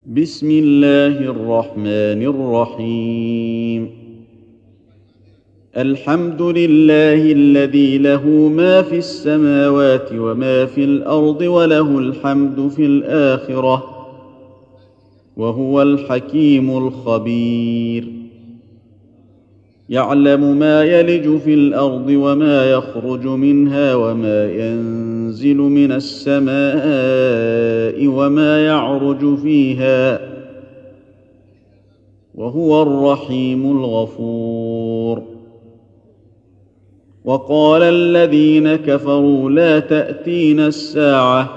بسم الله الرحمن الرحيم. الحمد لله الذي له ما في السماوات وما في الأرض وله الحمد في الآخرة وهو الحكيم الخبير. يعلم ما يلج في الأرض وما يخرج منها وما ينزل من السماء وما يعرج فيها وهو الرحيم الغفور. وقال الذين كفروا لا تأتينا الساعة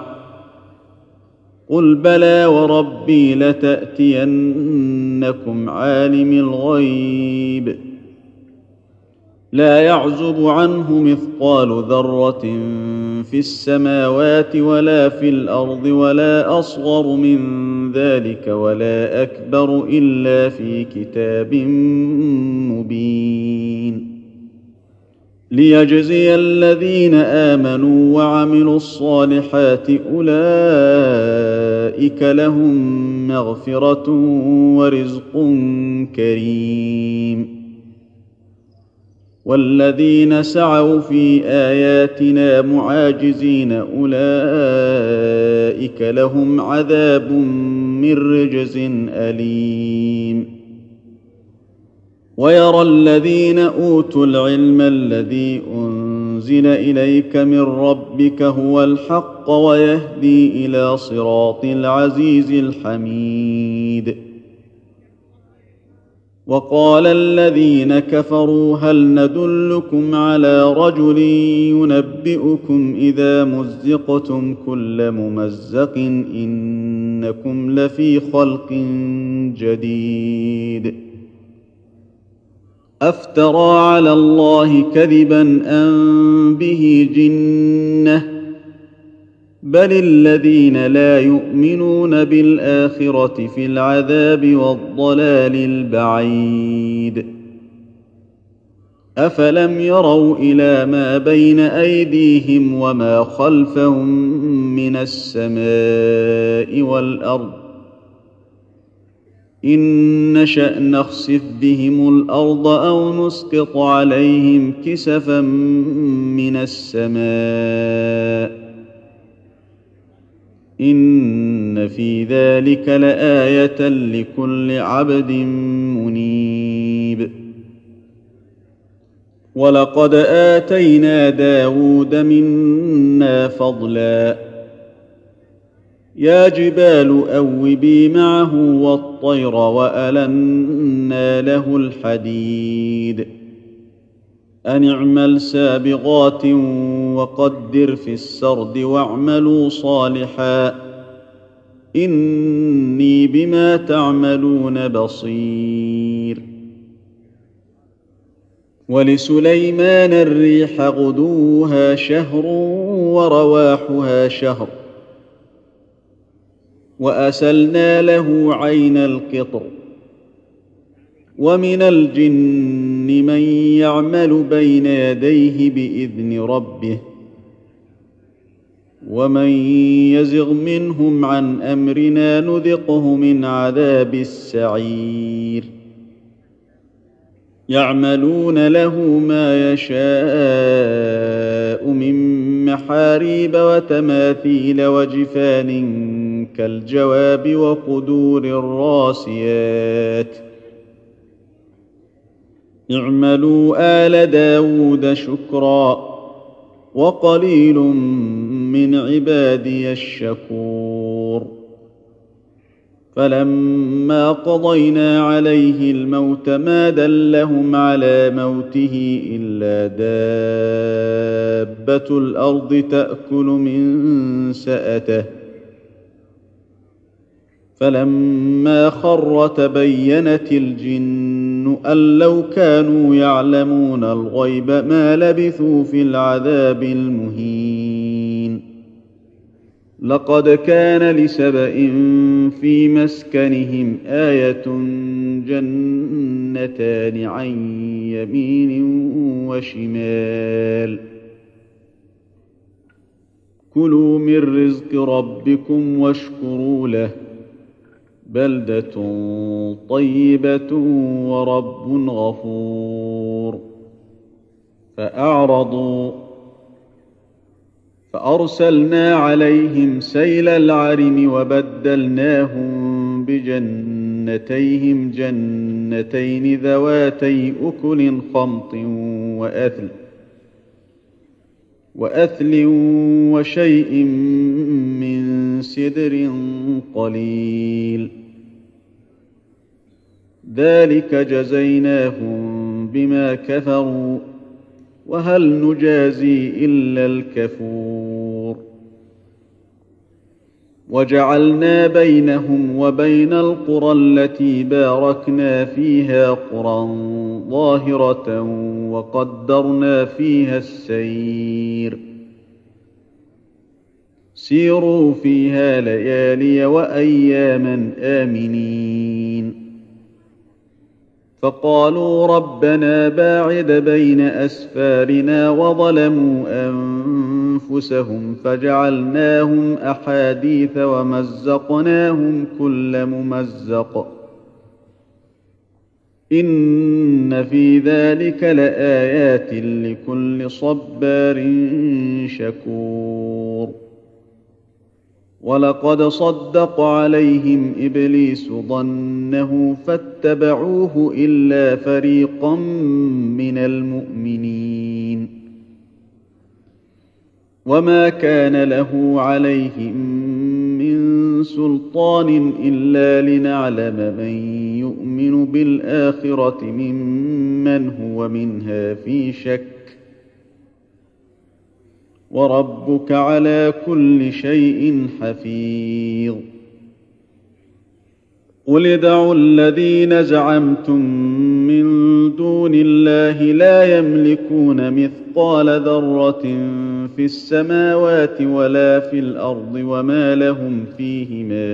قل بلى وربي لتأتينكم عالم الغيب لا يعزب عنه مثقال ذرة في السماوات ولا في الأرض ولا أصغر من ذلك ولا أكبر إلا في كتاب مبين ليجزي الذين آمنوا وعملوا الصالحات أولئك لهم مغفرة ورزق كريم. والذين سعوا في آياتنا معاجزين أولئك لهم عذاب من رجز أليم. ويرى الذين أوتوا العلم الذي أنزل إليك من ربك هو الحق ويهدي إلى صراط العزيز الحميد. وقال الذين كفروا هل ندلكم على رجل ينبئكم إذا مزقتم كل ممزق إنكم لفي خلق جديد أفترى على الله كذبا أم به جنة بل الذين لا يؤمنون بالآخرة في العذاب والضلال البعيد. أفلم يروا إلى ما بين أيديهم وما خلفهم من السماء والأرض إن نشأ نخسف بهم الأرض أو نسقط عليهم كسفا من السماء إن في ذلك لآية لكل عبد منيب. ولقد آتينا داود منا فضلا يا جبال أوبي معه والطير وألنا له الحديد أن اعمل سابغات وقدر في السرد واعملوا صالحا إني بما تعملون بصير. ولسليمان الريح غدوها شهر ورواحها شهر وأسلنا له عين القطر ومن الجن من يعمل بين يديه بإذن ربه ومن يزغ منهم عن أمرنا نذقه من عذاب السعير. يعملون له ما يشاء من محاريب وتماثيل وجفان كالجواب وقدور الراسيات اعملوا آل داود شكرا وقليل من عبادي الشكور. فلما قضينا عليه الموت ما دلهم على موته إلا دابة الأرض تأكل من سأته فلما خر تبينت الجن أن لو كانوا يعلمون الغيب ما لبثوا في العذاب المهين. لقد كان لسبإ في مسكنهم آية جنتان عن يمين وشمال كلوا من رزق ربكم واشكروا له بلدة طيبة ورب غفور. فأعرضوا فأرسلنا عليهم سيل العرم وبدلناهم بجنتيهم جنتين ذواتي أكل خمط وأثل وشيء من سدر قليل، ذلك جزيناهم بما كفروا وهل نجازي إلا الكفور. وجعلنا بينهم وبين القرى التي باركنا فيها قرى ظاهرة وقدرنا فيها السير، سيروا فيها ليالي وأياما آمنين. فقالوا ربنا باعد بين أسفارنا وظلموا أنفسهم فجعلناهم أحاديث ومزقناهم كل ممزق، إن في ذلك لآيات لكل صبار شكور. ولقد صدق عليهم إبليس ظنه فاتبعوه إلا فريقا من المؤمنين، وما كان له عليهم من سلطان إلا لنعلم من يؤمن بالآخرة ممن هو منها في شك، وربك على كل شيء حفيظ. قل ادعوا الذين زعمتم من دون الله لا يملكون مثقال ذرة في السماوات ولا في الأرض وما لهم فيهما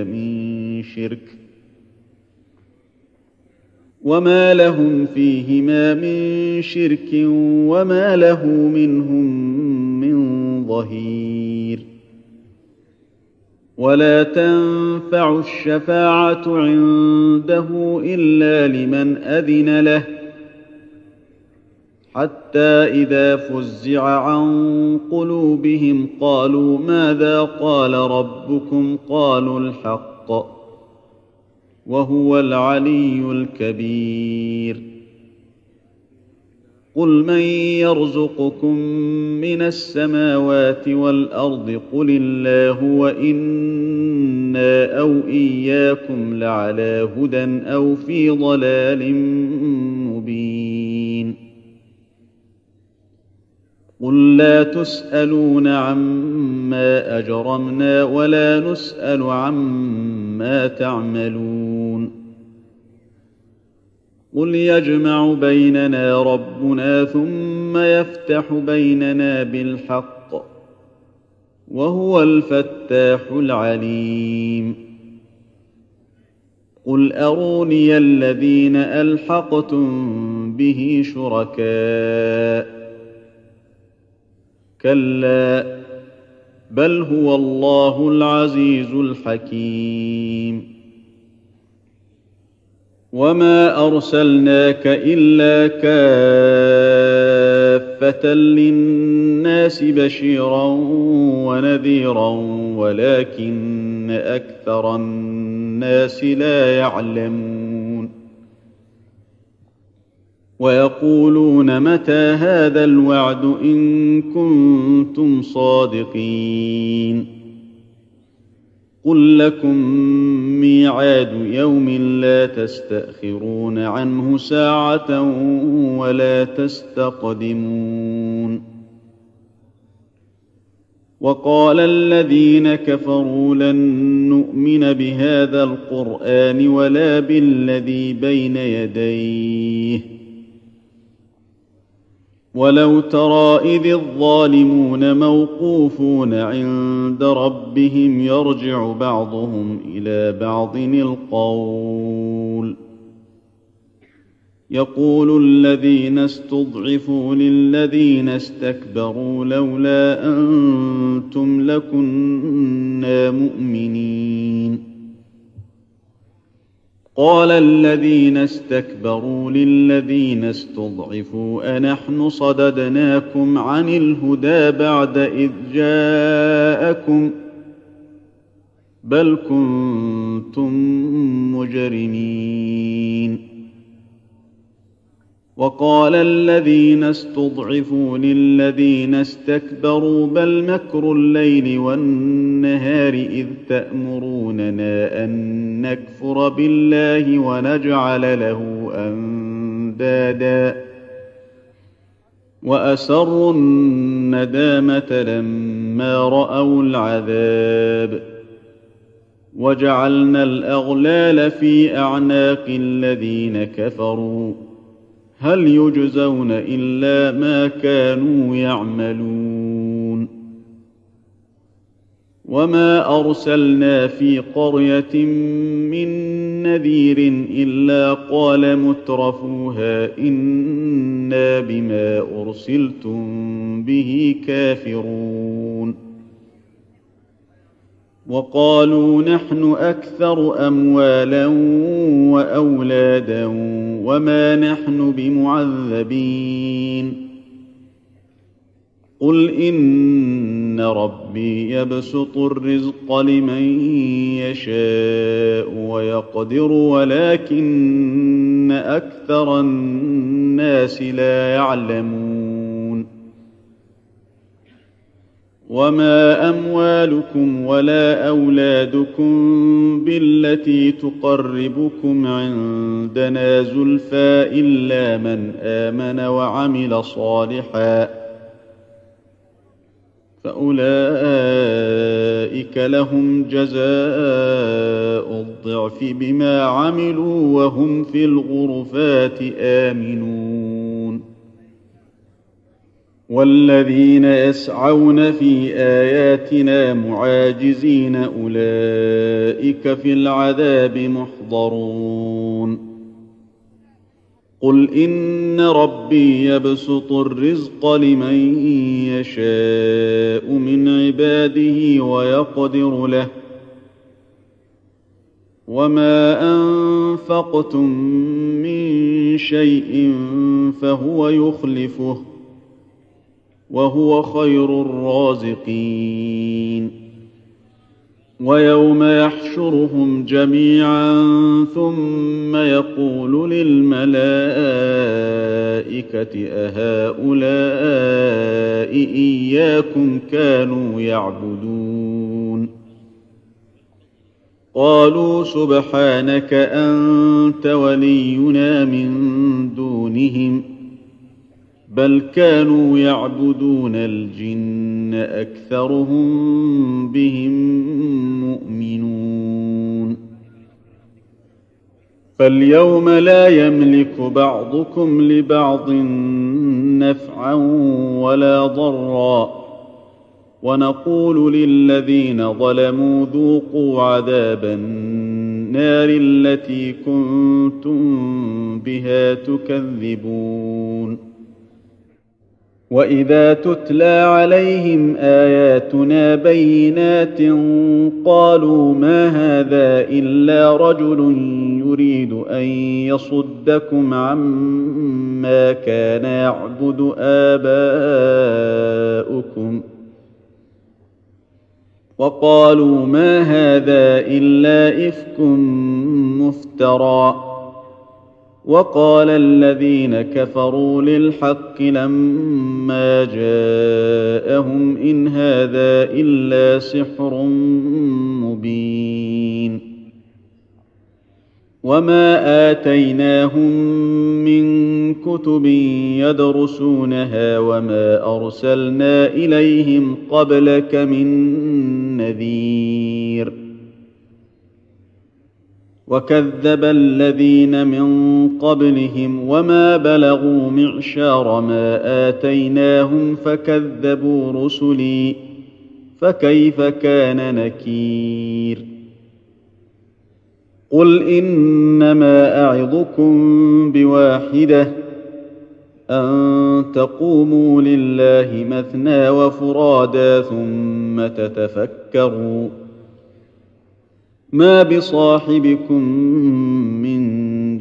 من شرك وما له منهم من ظهير. ولا تنفع الشفاعة عنده إلا لمن أذن له، حتى إذا فزع عن قلوبهم قالوا ماذا قال ربكم قالوا الحق وهو العلي الكبير. قل من يرزقكم من السماوات والأرض قل الله وإنا أو إياكم لعلى هدى أو في ضلال مبين. قل لا تسألون عما أجرمنا ولا نسأل عما تعملون. قل يجمع بيننا ربنا ثم يفتح بيننا بالحق وهو الفتاح العليم. قل أروني الذين ألحقتم به شركاء، كلا بل هو الله العزيز الحكيم. وما أرسلناك إلا كافة للناس بشيرا ونذيرا ولكن أكثر الناس لا يعلمون. ويقولون متى هذا الوعد إن كنتم صادقين. قل لكم ميعاد يوم لا تستأخرون عنه ساعة ولا تستقدمون. وقال الذين كفروا لن نؤمن بهذا القرآن ولا بالذي بين يديه ولو ترى إذ الظالمون موقوفون عند ربهم يرجع بعضهم إلى بعض القول يقول الذين استضعفوا للذين استكبروا لولا أنتم لكنا مؤمنين. قال الذين استكبروا للذين استضعفوا أنحن صددناكم عن الهدى بعد إذ جاءكم بل كنتم مجرمين. وقال الذين استضعفوا للذين استكبروا بل مكر الليل والنهار إذ تأمروننا أن نكفر بالله ونجعل له أندادا وأسروا الندامة لما رأوا العذاب وجعلنا الأغلال في أعناق الذين كفروا هل يجزون إلا ما كانوا يعملون. وما أرسلنا في قرية من نذير إلا قال مترفوها إنا بما أرسلتم به كافرون. وقالوا نحن أكثر أموالا وأولادا وما نحن بمعذبين. قل إن ربي يبسط الرزق لمن يشاء ويقدر ولكن أكثر الناس لا يعلمون. وما أموالكم ولا أولادكم بالتي تقربكم عندنا زلفى إلا من آمن وعمل صالحا فأولئك لهم جزاء الضعف بما عملوا وهم في الغرفات آمنون. والذين يسعون في آياتنا معاجزين أولئك في العذاب محضرون. قل إن ربي يبسط الرزق لمن يشاء من عباده ويقدر له وما أنفقتم من شيء فهو يخلفه وهو خير الرازقين. ويوم يحشرهم جميعا ثم يقول للملائكة أهؤلاء إياكم كانوا يعبدون قالوا سبحانك أنت ولينا من دونهم بل كانوا يعبدون الجن أكثرهم بهم مؤمنون. فاليوم لا يملك بعضكم لبعض نفعا ولا ضرا ونقول للذين ظلموا ذوقوا عذاب النار التي كنتم بها تكذبون. وإذا تتلى عليهم آياتنا بينات قالوا ما هذا إلا رجل يريد أن يصدكم عما كان يعبد آباؤكم وقالوا ما هذا إلا إفك مفترى وقال الذين كفروا للحق لما جاءهم إن هذا إلا سحر مبين. وما آتيناهم من كتب يدرسونها وما أرسلنا إليهم قبلك من نذير وكذب الذين من قبلهم وما بلغوا معشار ما آتيناهم فكذبوا رسلي فكيف كان نكير. قل إنما أعظكم بواحدة أن تقوموا لله مثنى وفرادا ثم تتفكروا ما بصاحبكم من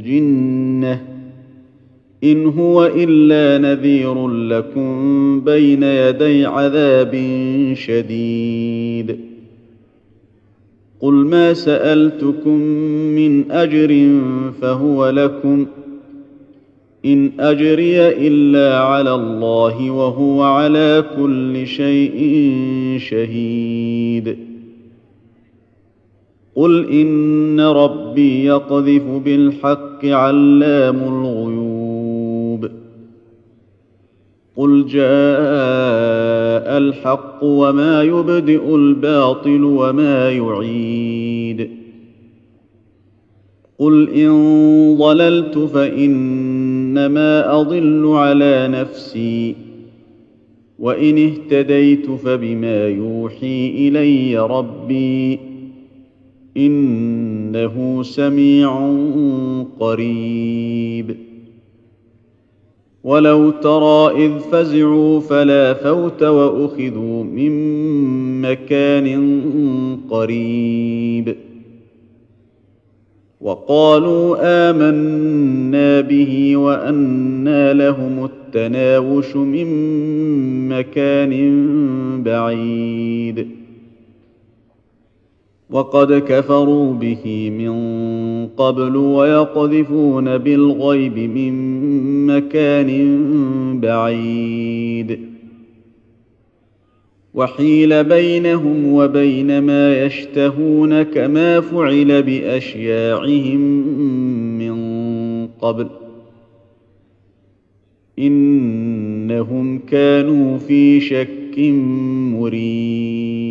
الجنة إن هو إلا نذير لكم بين يدي عذاب شديد قل ما سألتكم من أجر فهو لكم إن أجري إلا على الله وهو على كل شيء شهيد قل إن ربي يقذف بالحق علام الغيوب قل جاء الحق وما يبدئ الباطل وما يعيد قل إن ضللت فإنما أضل على نفسي وإن اهتديت فبما يوحي إلي ربي إنه سميع قريب ولو ترى إذ فزعوا فلا فوت وأخذوا من مكان قريب وقالوا آمنا به وأنى لهم التناوش من مكان بعيد وقد كفروا به من قبل ويقذفون بالغيب من مكان بعيد وحيل بينهم وبين ما يشتهون كما فعل بأشياعهم من قبل إنهم كانوا في شك مريب